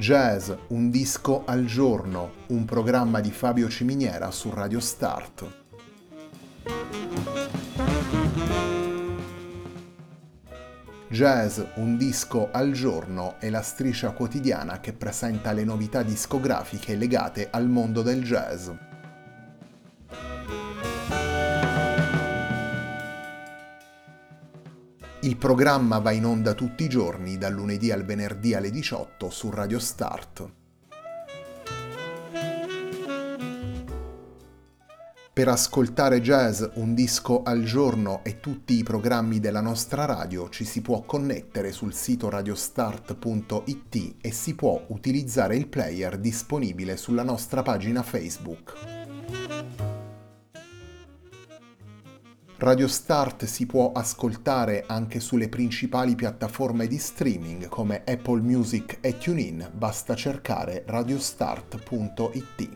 Jazz, un disco al giorno, un programma di Fabio Ciminiera su Radio Start. Jazz, un disco al giorno è la striscia quotidiana che presenta le novità discografiche legate al mondo del jazz. Il programma va in onda tutti i giorni, dal lunedì al venerdì alle 18 su Radio Start. Per ascoltare jazz, un disco al giorno e tutti i programmi della nostra radio ci si può connettere sul sito radiostart.it e si può utilizzare il player disponibile sulla nostra pagina Facebook. Radio Start si può ascoltare anche sulle principali piattaforme di streaming come Apple Music e TuneIn, basta cercare radiostart.it.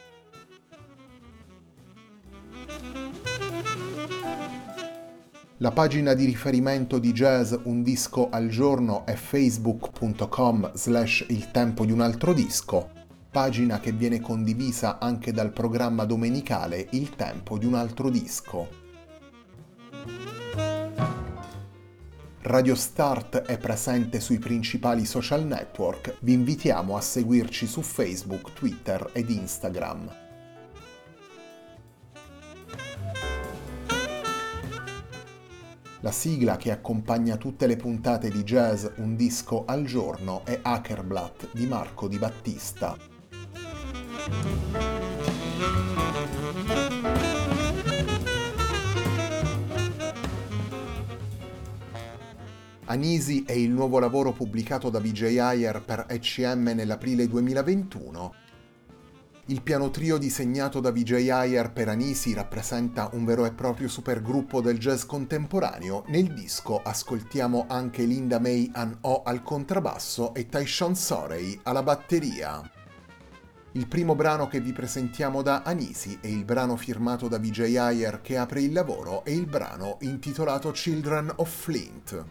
La pagina di riferimento di Jazz Un Disco al Giorno è facebook.com/il tempo di un altro disco, pagina che viene condivisa anche dal programma domenicale Il tempo di un altro disco. Radio Start è presente sui principali social network, vi invitiamo a seguirci su Facebook, Twitter ed Instagram. La sigla che accompagna tutte le puntate di Jazz Un Disco al Giorno è Hackerblatt di Marco Di Battista. Anisi è il nuovo lavoro pubblicato da Vijay Iyer per ECM nell'aprile 2021. Il piano trio disegnato da Vijay Iyer per Anisi rappresenta un vero e proprio supergruppo del jazz contemporaneo. Nel disco ascoltiamo anche Linda May An-Ho al contrabbasso e Tyshawn Sorey alla batteria. Il primo brano che vi presentiamo da Anisi è il brano firmato da Vijay Iyer che apre il lavoro e il brano intitolato Children of Flint.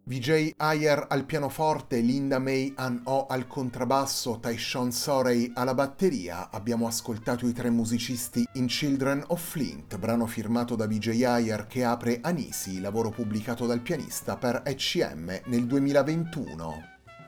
Vijay Iyer al pianoforte, Linda May An-ho al contrabbasso, Taishon Sorey alla batteria. Abbiamo ascoltato i tre musicisti in Children of Flint, brano firmato da Vijay Iyer che apre Anisi, lavoro pubblicato dal pianista per ECM nel 2021.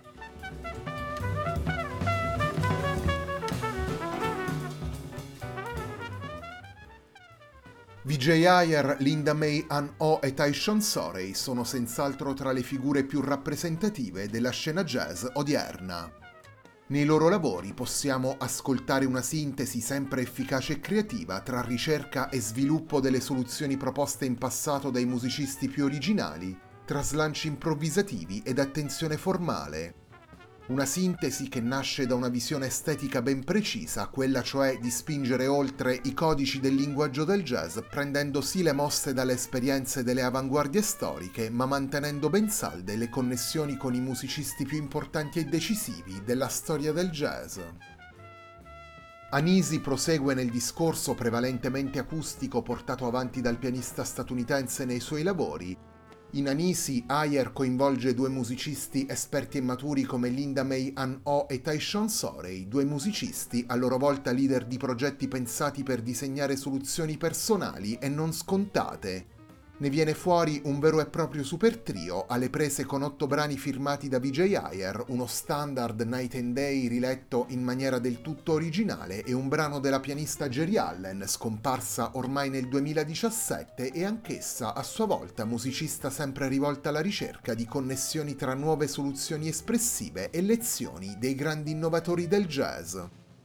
Vijay Iyer, Linda May An-ho e Taishon Sorey sono senz'altro tra le figure più rappresentative della scena jazz odierna. Nei loro lavori possiamo ascoltare una sintesi sempre efficace e creativa tra ricerca e sviluppo delle soluzioni proposte in passato dai musicisti più originali, tra slanci improvvisativi ed attenzione formale. Una sintesi che nasce da una visione estetica ben precisa, quella cioè di spingere oltre i codici del linguaggio del jazz, prendendo sì le mosse dalle esperienze delle avanguardie storiche, ma mantenendo ben salde le connessioni con i musicisti più importanti e decisivi della storia del jazz. Anisi prosegue nel discorso prevalentemente acustico portato avanti dal pianista statunitense nei suoi lavori. In Anisi, Iyer coinvolge due musicisti esperti e maturi come Linda May An-ho e Taishon Sorey, due musicisti a loro volta leader di progetti pensati per disegnare soluzioni personali e non scontate. Ne viene fuori un vero e proprio super trio alle prese con 8 brani firmati da Vijay Iyer, uno standard Night and Day riletto in maniera del tutto originale e un brano della pianista Geri Allen, scomparsa ormai nel 2017 e anch'essa a sua volta musicista sempre rivolta alla ricerca di connessioni tra nuove soluzioni espressive e lezioni dei grandi innovatori del jazz.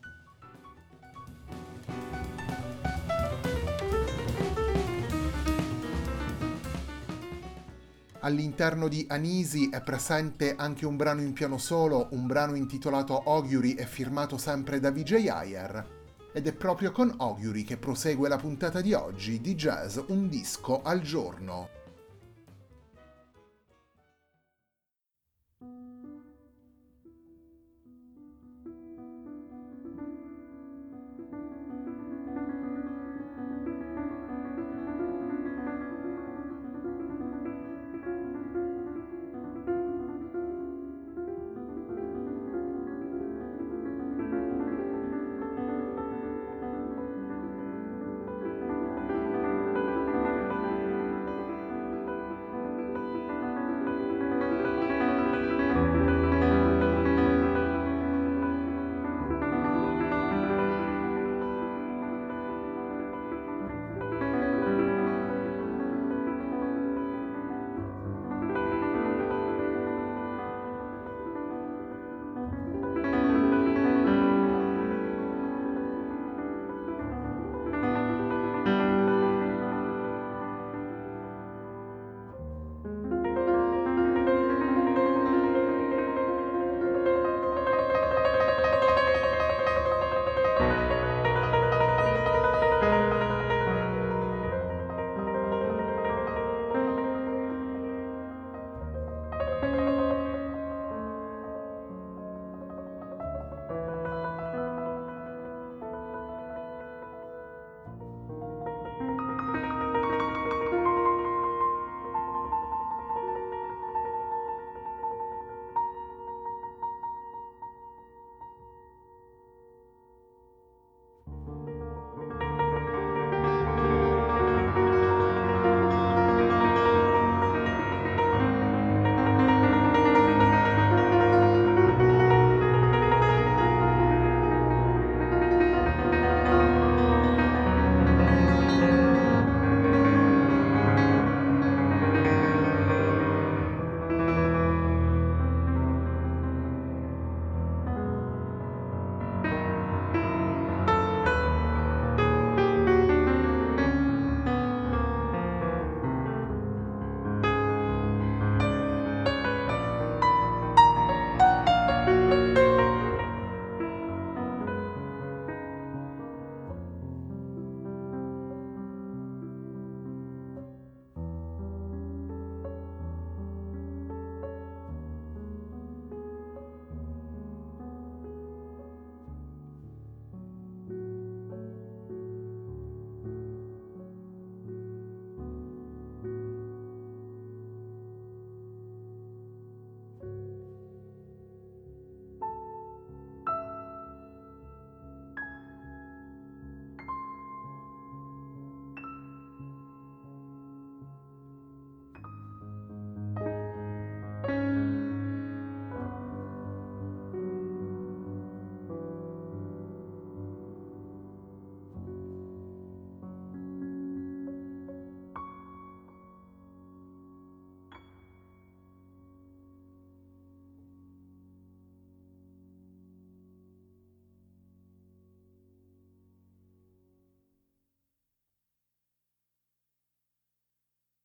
All'interno di Anisi è presente anche un brano in piano solo, un brano intitolato Augury e firmato sempre da Vijay Iyer. Ed è proprio con Augury che prosegue la puntata di oggi di Jazz Un disco al giorno.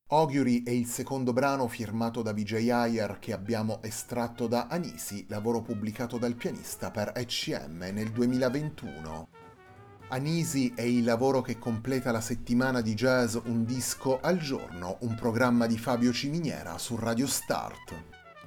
Augury è il secondo brano firmato da Vijay Iyer che abbiamo estratto da Anisi, lavoro pubblicato dal pianista per ECM nel 2021. Anisi è il lavoro che completa la settimana di jazz Un disco al giorno, un programma di Fabio Ciminiera su Radio Start.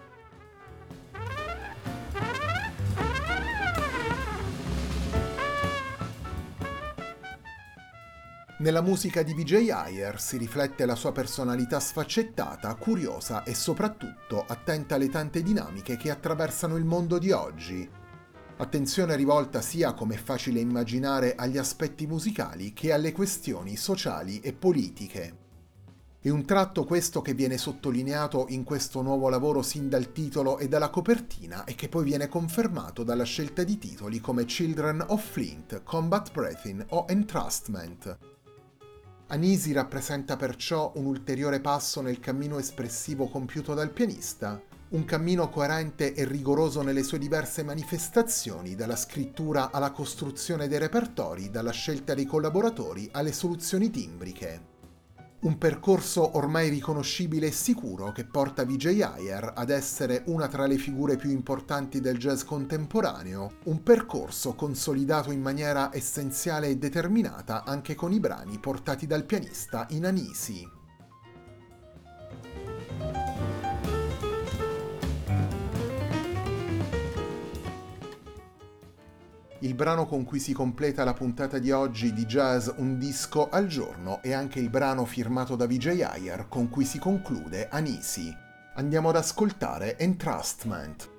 Nella musica di Vijay Iyer si riflette la sua personalità sfaccettata, curiosa e soprattutto attenta alle tante dinamiche che attraversano il mondo di oggi. Attenzione rivolta sia, come è facile immaginare, agli aspetti musicali che alle questioni sociali e politiche. È un tratto questo che viene sottolineato in questo nuovo lavoro sin dal titolo e dalla copertina e che poi viene confermato dalla scelta di titoli come Children of Flint, Combat Breathing o Entrustment. Anisi rappresenta perciò un ulteriore passo nel cammino espressivo compiuto dal pianista, un cammino coerente e rigoroso nelle sue diverse manifestazioni, dalla scrittura alla costruzione dei repertori, dalla scelta dei collaboratori alle soluzioni timbriche. Un percorso ormai riconoscibile e sicuro che porta Vijay Iyer ad essere una tra le figure più importanti del jazz contemporaneo, un percorso consolidato in maniera essenziale e determinata anche con i brani portati dal pianista in Anisi. Il brano con cui si completa la puntata di oggi di Jazz Un disco al giorno è anche il brano firmato da Vijay Iyer con cui si conclude Anisi. Andiamo ad ascoltare Entrustment.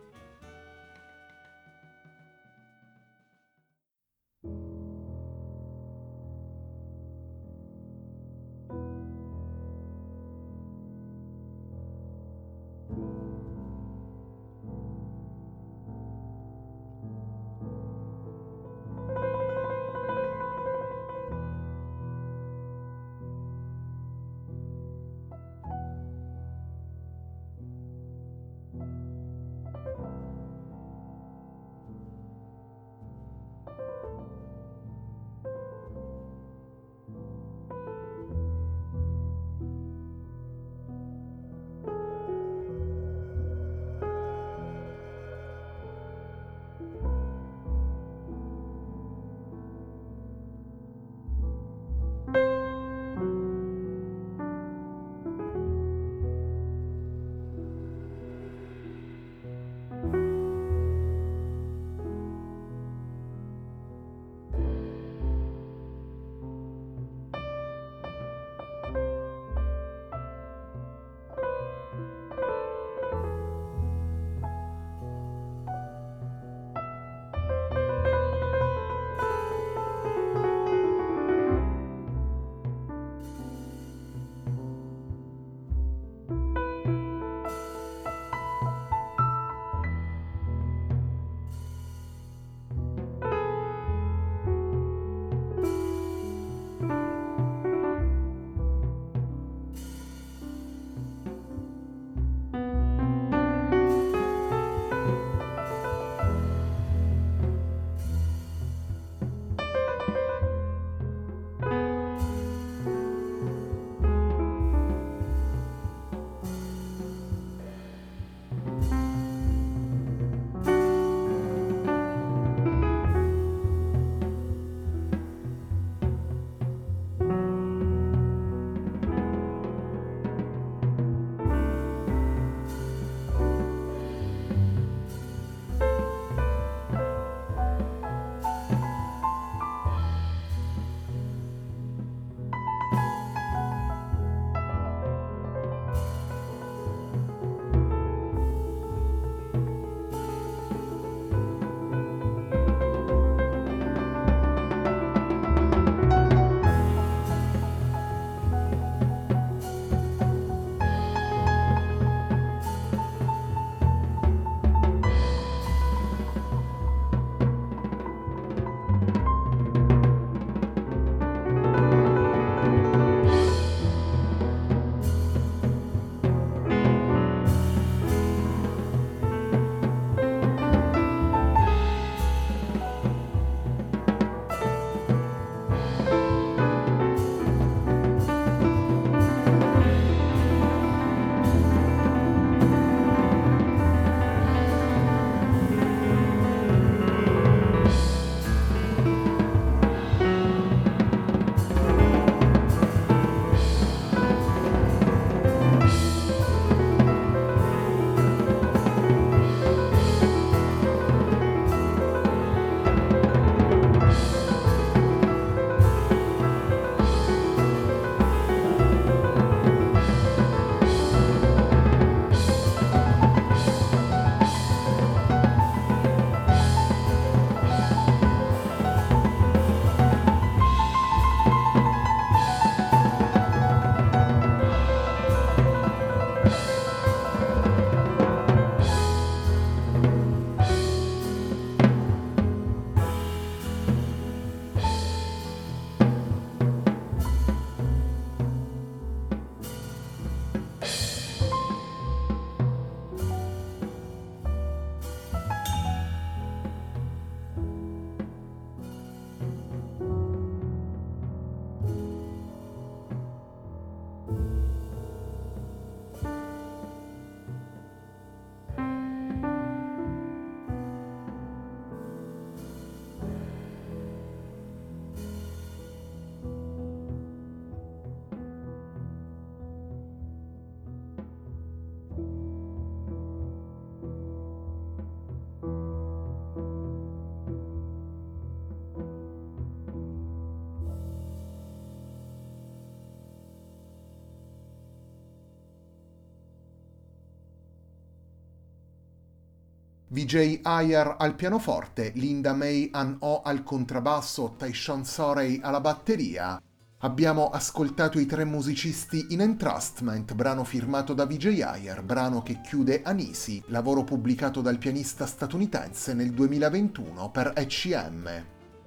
Vijay Iyer al pianoforte, Linda May An-ho al contrabbasso, Taishon Sorey alla batteria. Abbiamo ascoltato i tre musicisti in Entrustment, brano firmato da Vijay Iyer, brano che chiude Anisi, lavoro pubblicato dal pianista statunitense nel 2021 per ECM.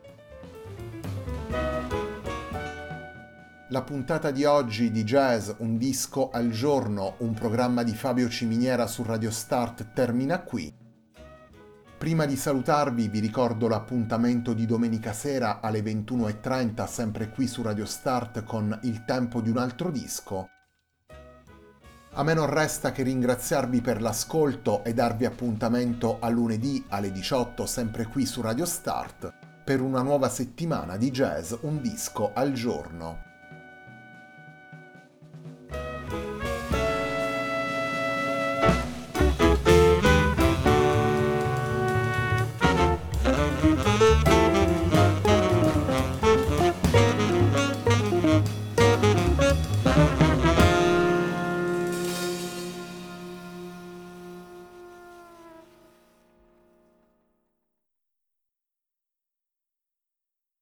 La puntata di oggi di Jazz, un disco al giorno, un programma di Fabio Ciminiera su Radio Start termina qui. Prima di salutarvi vi ricordo l'appuntamento di domenica sera alle 21:30 sempre qui su Radio Start con Il tempo di un altro disco. A me non resta che ringraziarvi per l'ascolto e darvi appuntamento a lunedì alle 18 sempre qui su Radio Start per una nuova settimana di Jazz, un disco al giorno.